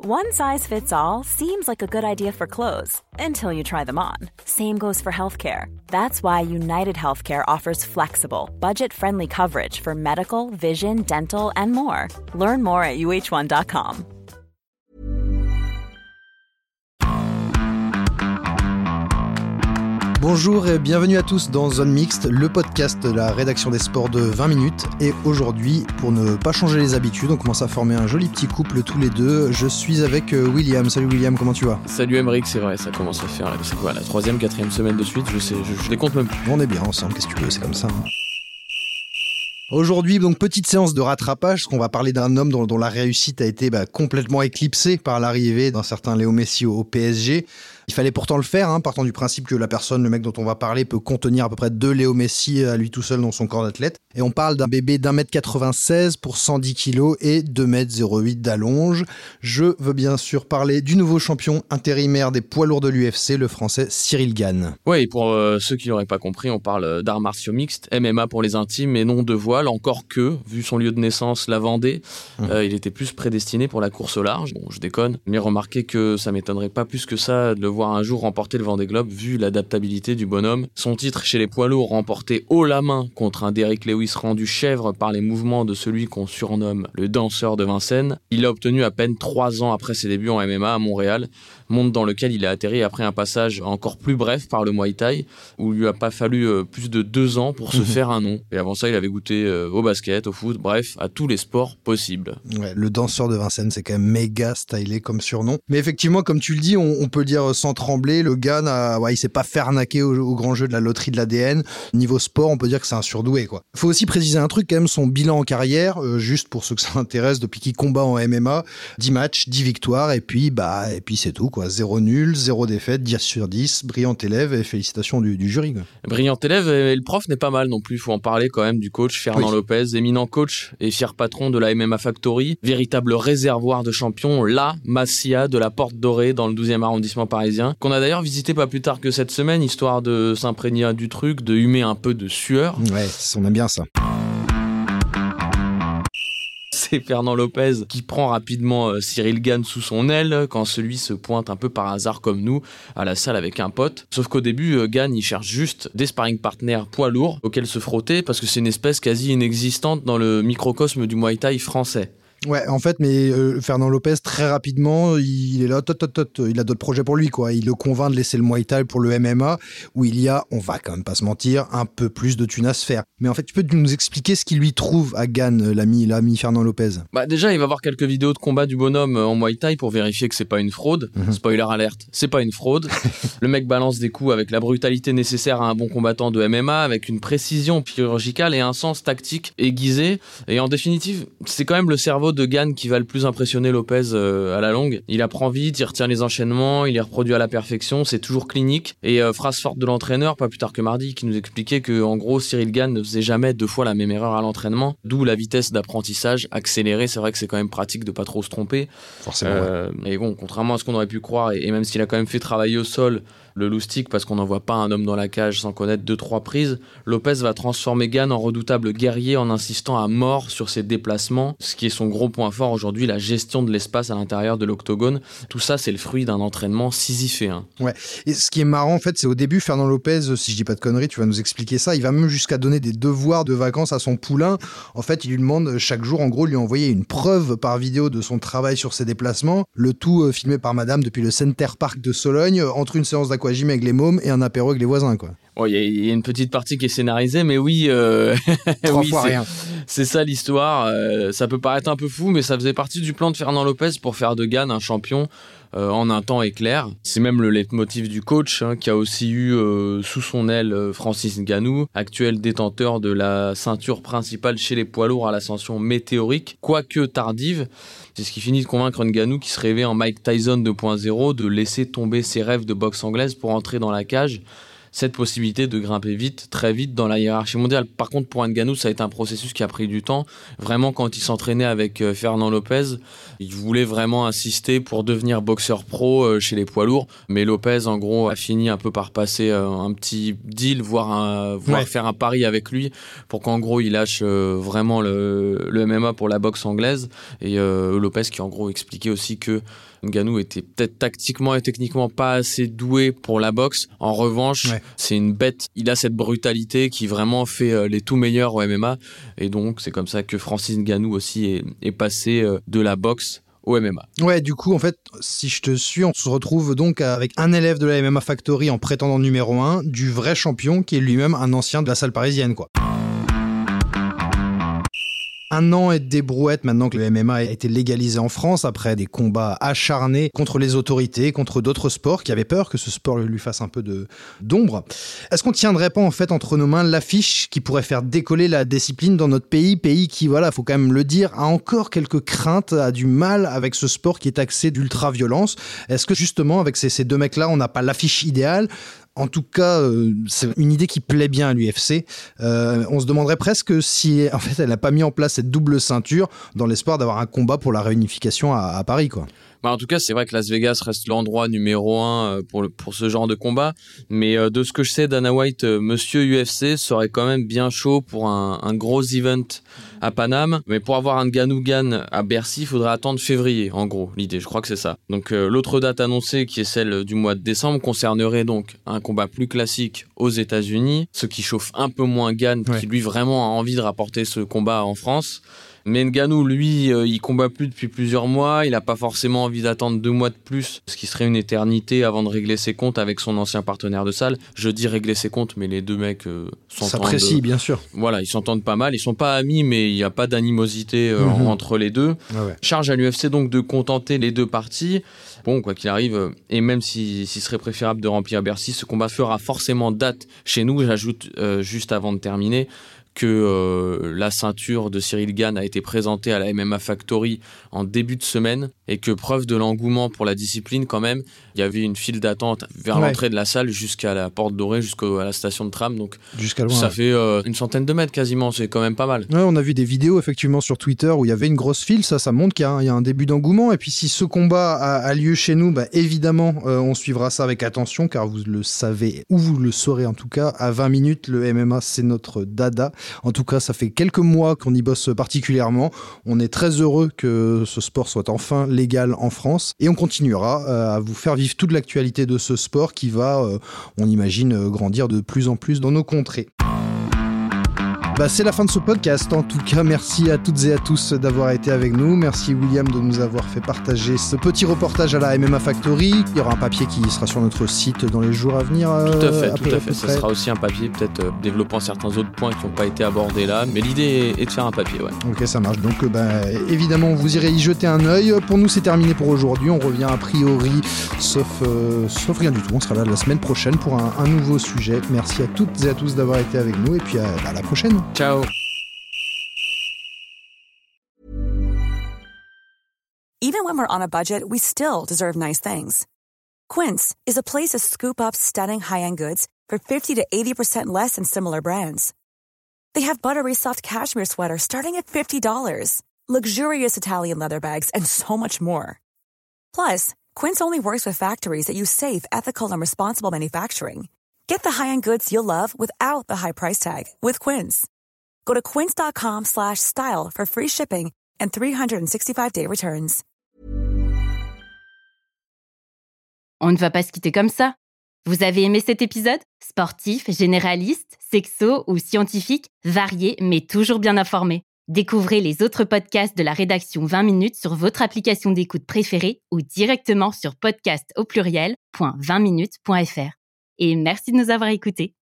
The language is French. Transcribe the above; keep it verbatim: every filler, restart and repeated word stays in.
One size fits all seems like a good idea for clothes until you try them on. Same goes for healthcare. That's why United Healthcare offers flexible, budget-friendly coverage for medical, vision, dental, and more. Learn more at U H one dot com. Bonjour et bienvenue à tous dans Zone Mixte, le podcast de la rédaction des sports de vingt minutes. Et aujourd'hui, pour ne pas changer les habitudes, on commence à former un joli petit couple tous les deux. Je suis avec William. Salut William, comment tu vas ? Salut Aymeric, c'est vrai, ça commence à faire là, c'est quoi, la troisième, quatrième semaine de suite, je sais, je, je les compte même plus. On est bien ensemble, qu'est-ce que tu veux, c'est comme ça. Hein. Aujourd'hui, donc petite séance de rattrapage, parce qu'on va parler d'un homme dont, dont la réussite a été bah, complètement éclipsée par l'arrivée d'un certain Léo Messi au, au P S G. Il fallait pourtant le faire, hein, partant du principe que la personne, le mec dont on va parler, peut contenir à peu près deux Léo Messi à lui tout seul dans son corps d'athlète. Et on parle d'un bébé d'un mètre quatre-vingt-seize pour cent dix kilos et deux mètres zéro huit d'allonge. Je veux bien sûr parler du nouveau champion intérimaire des poids lourds de l'U F C, le français Cyril Gane. Ouais, et pour euh, ceux qui l'auraient pas compris, on parle d'arts martiaux mixtes, M M A pour les intimes et non de voile, encore que, vu son lieu de naissance, la Vendée, mmh. euh, il était plus prédestiné pour la course au large. Bon, je déconne, mais remarquez que ça m'étonnerait pas plus que ça de le voir un jour remporter le Vendée Globe, vu l'adaptabilité du bonhomme. Son titre chez les poids lourds, remporté haut la main contre un Derrick Lewis rendu chèvre par les mouvements de celui qu'on surnomme le danseur de Vincennes, il l'a obtenu à peine trois ans après ses débuts en M M A à Montréal, monde dans lequel il a atterri après un passage encore plus bref par le Muay Thai, où il lui a pas fallu euh, plus de deux ans pour se mmh. faire un nom. Et avant ça, il avait goûté euh, au basket, au foot, bref, à tous les sports possibles. Ouais, le danseur de Vincennes, c'est quand même méga stylé comme surnom. Mais effectivement, comme tu le dis, on, on peut le dire sans trembler, le gars, n'a, ouais, il s'est pas fait arnaquer au, au grand jeu de la loterie de l'A D N. Niveau sport, on peut dire que c'est un surdoué, quoi. Faut aussi préciser un truc, quand même, son bilan en carrière, euh, juste pour ceux que ça intéresse, depuis qu'il combat en M M A, dix matchs, dix victoires, et puis, bah, et puis c'est tout, quoi. Zéro nul, zéro défaite, dix sur dix, brillant élève, et félicitations du, du jury, quoi. Brillant élève, et le prof n'est pas mal non plus, faut en parler quand même du coach Fernand oui. Lopez, éminent coach et fier patron de la M M A Factory, véritable réservoir de champions, la Masia de la Porte Dorée dans le douzième arrondissement parisien, qu'on a d'ailleurs visité pas plus tard que cette semaine, histoire de s'imprégner du truc, de humer un peu de sueur. Ouais, on aime bien ça. C'est Fernand Lopez qui prend rapidement euh, Cyril Gane sous son aile quand celui se pointe un peu par hasard comme nous à la salle avec un pote. Sauf qu'au début, euh, Gane il cherche juste des sparring partners poids lourds auxquels se frotter parce que c'est une espèce quasi inexistante dans le microcosme du Muay Thai français. Ouais, en fait, mais euh, Fernand Lopez, très rapidement, il est là, tot, tot, tot, il a d'autres projets pour lui, quoi. Il le convainc de laisser le Muay Thai pour le M M A, où il y a, on va quand même pas se mentir, un peu plus de thunes à se faire. Mais en fait, tu peux nous expliquer ce qu'il lui trouve à Gane, l'ami, l'ami Fernand Lopez ? Bah déjà, il va voir quelques vidéos de combat du bonhomme en Muay Thai pour vérifier que c'est pas une fraude. Mm-hmm. Spoiler alerte, c'est pas une fraude. Le mec balance des coups avec la brutalité nécessaire à un bon combattant de M M A, avec une précision chirurgicale et un sens tactique aiguisé. Et en définitive, c'est quand même le cerveau de Gane qui va le plus impressionner Lopez euh, à la longue. Il apprend vite, il retient les enchaînements, il les reproduit à la perfection, c'est toujours clinique. Et euh, phrase forte de l'entraîneur, pas plus tard que mardi, qui nous expliquait que en gros Cyril Gane ne faisait jamais deux fois la même erreur à l'entraînement, d'où la vitesse d'apprentissage accélérée. C'est vrai que c'est quand même pratique de pas trop se tromper. Forcément. Euh, ouais. Et bon, contrairement à ce qu'on aurait pu croire, et, et même s'il a quand même fait travailler au sol le loustic, parce qu'on n'envoie pas un homme dans la cage sans connaître deux trois prises, Lopez va transformer Gane en redoutable guerrier en insistant à mort sur ses déplacements, ce qui est son gros point fort aujourd'hui, la gestion de l'espace à l'intérieur de l'octogone. Tout ça, c'est le fruit d'un entraînement sisyphéen. Ouais, et ce qui est marrant, en fait, c'est au début, Fernand Lopez, si je dis pas de conneries, tu vas nous expliquer ça, il va même jusqu'à donner des devoirs de vacances à son poulain. En fait, il lui demande chaque jour, en gros, lui envoyer une preuve par vidéo de son travail sur ses déplacements, le tout euh, filmé par madame depuis le Center Park de Sologne, entre une séance d'aquagym avec les mômes et un apéro avec les voisins, quoi. Oh, il y, y a une petite partie qui est scénarisée, mais oui, euh... trois oui, fois c'est, rien. C'est ça l'histoire. Euh, ça peut paraître un peu fou, mais ça faisait partie du plan de Fernand Lopez pour faire de Gane un champion euh, en un temps éclair. C'est même le leitmotiv du coach, hein, qui a aussi eu euh, sous son aile euh, Francis Ngannou, actuel détenteur de la ceinture principale chez les poids lourds à l'ascension météorique, quoique tardive. C'est ce qui finit de convaincre Ngannou, qui se rêvait en Mike Tyson deux point zéro, de laisser tomber ses rêves de boxe anglaise pour entrer dans la cage. cette possibilité de grimper vite, très vite dans la hiérarchie mondiale. Par contre, pour Ngannou, ça a été un processus qui a pris du temps. Vraiment, quand il s'entraînait avec Fernand Lopez, il voulait vraiment insister pour devenir boxeur pro chez les poids lourds. Mais Lopez, en gros, a fini un peu par passer un petit deal, voire, un, voire ouais. faire un pari avec lui pour qu'en gros, il lâche vraiment le, le M M A pour la boxe anglaise. Et euh, Lopez qui, en gros, expliquait aussi que Ngannou était peut-être tactiquement et techniquement pas assez doué pour la boxe. En revanche, ouais. c'est une bête. Il a cette brutalité qui vraiment fait les tout meilleurs au M M A. Et donc, c'est comme ça que Francis Ngannou aussi est, est passé de la boxe au M M A. Ouais, du coup, en fait, si je te suis, on se retrouve donc avec un élève de la M M A Factory en prétendant numéro un, du vrai champion qui est lui-même un ancien de la salle parisienne, quoi. Un an et des brouettes maintenant que le M M A a été légalisé en France après des combats acharnés contre les autorités, contre d'autres sports qui avaient peur que ce sport lui fasse un peu de, d'ombre. Est-ce qu'on tiendrait pas en fait entre nos mains l'affiche qui pourrait faire décoller la discipline dans notre pays, pays qui, voilà, faut quand même le dire, a encore quelques craintes, a du mal avec ce sport qui est taxé d'ultra-violence. Est-ce que justement avec ces, ces deux mecs-là, on n'a pas l'affiche idéale ? En tout cas, euh, c'est une idée qui plaît bien à l'U F C. Euh, on se demanderait presque si, en fait, elle n'a pas mis en place cette double ceinture dans l'espoir d'avoir un combat pour la réunification à, à Paris, quoi. Bah en tout cas, c'est vrai que Las Vegas reste l'endroit numéro un pour, le, pour ce genre de combat. Mais euh, de ce que je sais, Dana White, euh, monsieur U F C, serait quand même bien chaud pour un, un gros event à Paname. Mais pour avoir un Ngannou-Gane à Bercy, il faudrait attendre février, en gros, l'idée. Je crois que c'est ça. Donc euh, l'autre date annoncée, qui est celle du mois de décembre, concernerait donc un combat plus classique aux États-Unis, ce qui chauffe un peu moins Gane, ouais. qui lui vraiment a envie de rapporter ce combat en France. Mais Ngannou, lui, euh, il combat plus depuis plusieurs mois. Il n'a pas forcément envie d'attendre deux mois de plus, ce qui serait une éternité avant de régler ses comptes avec son ancien partenaire de salle. Je dis régler ses comptes, mais les deux mecs euh, s'entendent. S'apprécient, bien sûr. Voilà, ils s'entendent pas mal. Ils sont pas amis, mais il n'y a pas d'animosité euh, mm-hmm. entre les deux. Ah ouais. Charge à l'U F C donc de contenter les deux parties. Bon, quoi qu'il arrive, et même s'il si, si serait préférable de remplir Bercy, ce combat fera forcément date chez nous. J'ajoute euh, juste avant de terminer que euh, la ceinture de Cyril Gane a été présentée à la M M A Factory en début de semaine et que preuve de l'engouement pour la discipline quand même, il y avait une file d'attente vers ouais. l'entrée de la salle jusqu'à la Porte Dorée, jusqu'à la station de tram, donc jusqu'à loin, ça ouais. fait euh, une centaine de mètres quasiment, c'est quand même pas mal. Ouais, on a vu des vidéos effectivement sur Twitter où il y avait une grosse file, ça, ça montre qu'il y a un, il y a un début d'engouement. Et puis si ce combat a, a lieu chez nous, bah, évidemment euh, on suivra ça avec attention car vous le savez, ou vous le saurez en tout cas, à vingt minutes, le M M A c'est notre dada. En tout cas, ça fait quelques mois qu'on y bosse particulièrement. On est très heureux que ce sport soit enfin légal en France. Et on continuera euh, à vous faire vivre toute l'actualité de ce sport qui va, euh, on imagine, euh, grandir de plus en plus dans nos contrées. Bah, c'est la fin de ce podcast. En tout cas, merci à toutes et à tous d'avoir été avec nous. Merci William de nous avoir fait partager ce petit reportage à la M M A Factory. Il y aura un papier qui sera sur notre site dans les jours à venir. Euh, tout à fait, à tout à fait. Ce sera aussi un papier peut-être euh, développant certains autres points qui n'ont pas été abordés là. Mais l'idée est de faire un papier, ouais. Ok, ça marche. Donc, bah, évidemment, vous irez y jeter un œil. Pour nous, c'est terminé pour aujourd'hui. On revient a priori, sauf, euh, sauf rien du tout. On sera là la semaine prochaine pour un, un nouveau sujet. Merci à toutes et à tous d'avoir été avec nous. Et puis, à, à la prochaine. Ciao. Even when we're on a budget, we still deserve nice things. Quince is a place to scoop up stunning high-end goods for fifty to eighty percent less than similar brands. They have buttery soft cashmere sweaters starting at fifty dollars, luxurious Italian leather bags, and so much more. Plus, Quince only works with factories that use safe, ethical, and responsible manufacturing. Get the high-end goods you'll love without the high price tag with Quince. Go to quince.com slash style for free shipping and three sixty-five day returns. On ne va pas se quitter comme ça. Vous avez aimé cet épisode ? Sportif, généraliste, sexo ou scientifique, varié mais toujours bien informé. Découvrez les autres podcasts de la rédaction vingt minutes sur votre application d'écoute préférée ou directement sur podcast au pluriel point vingt minutes point f r. Et merci de nous avoir écoutés.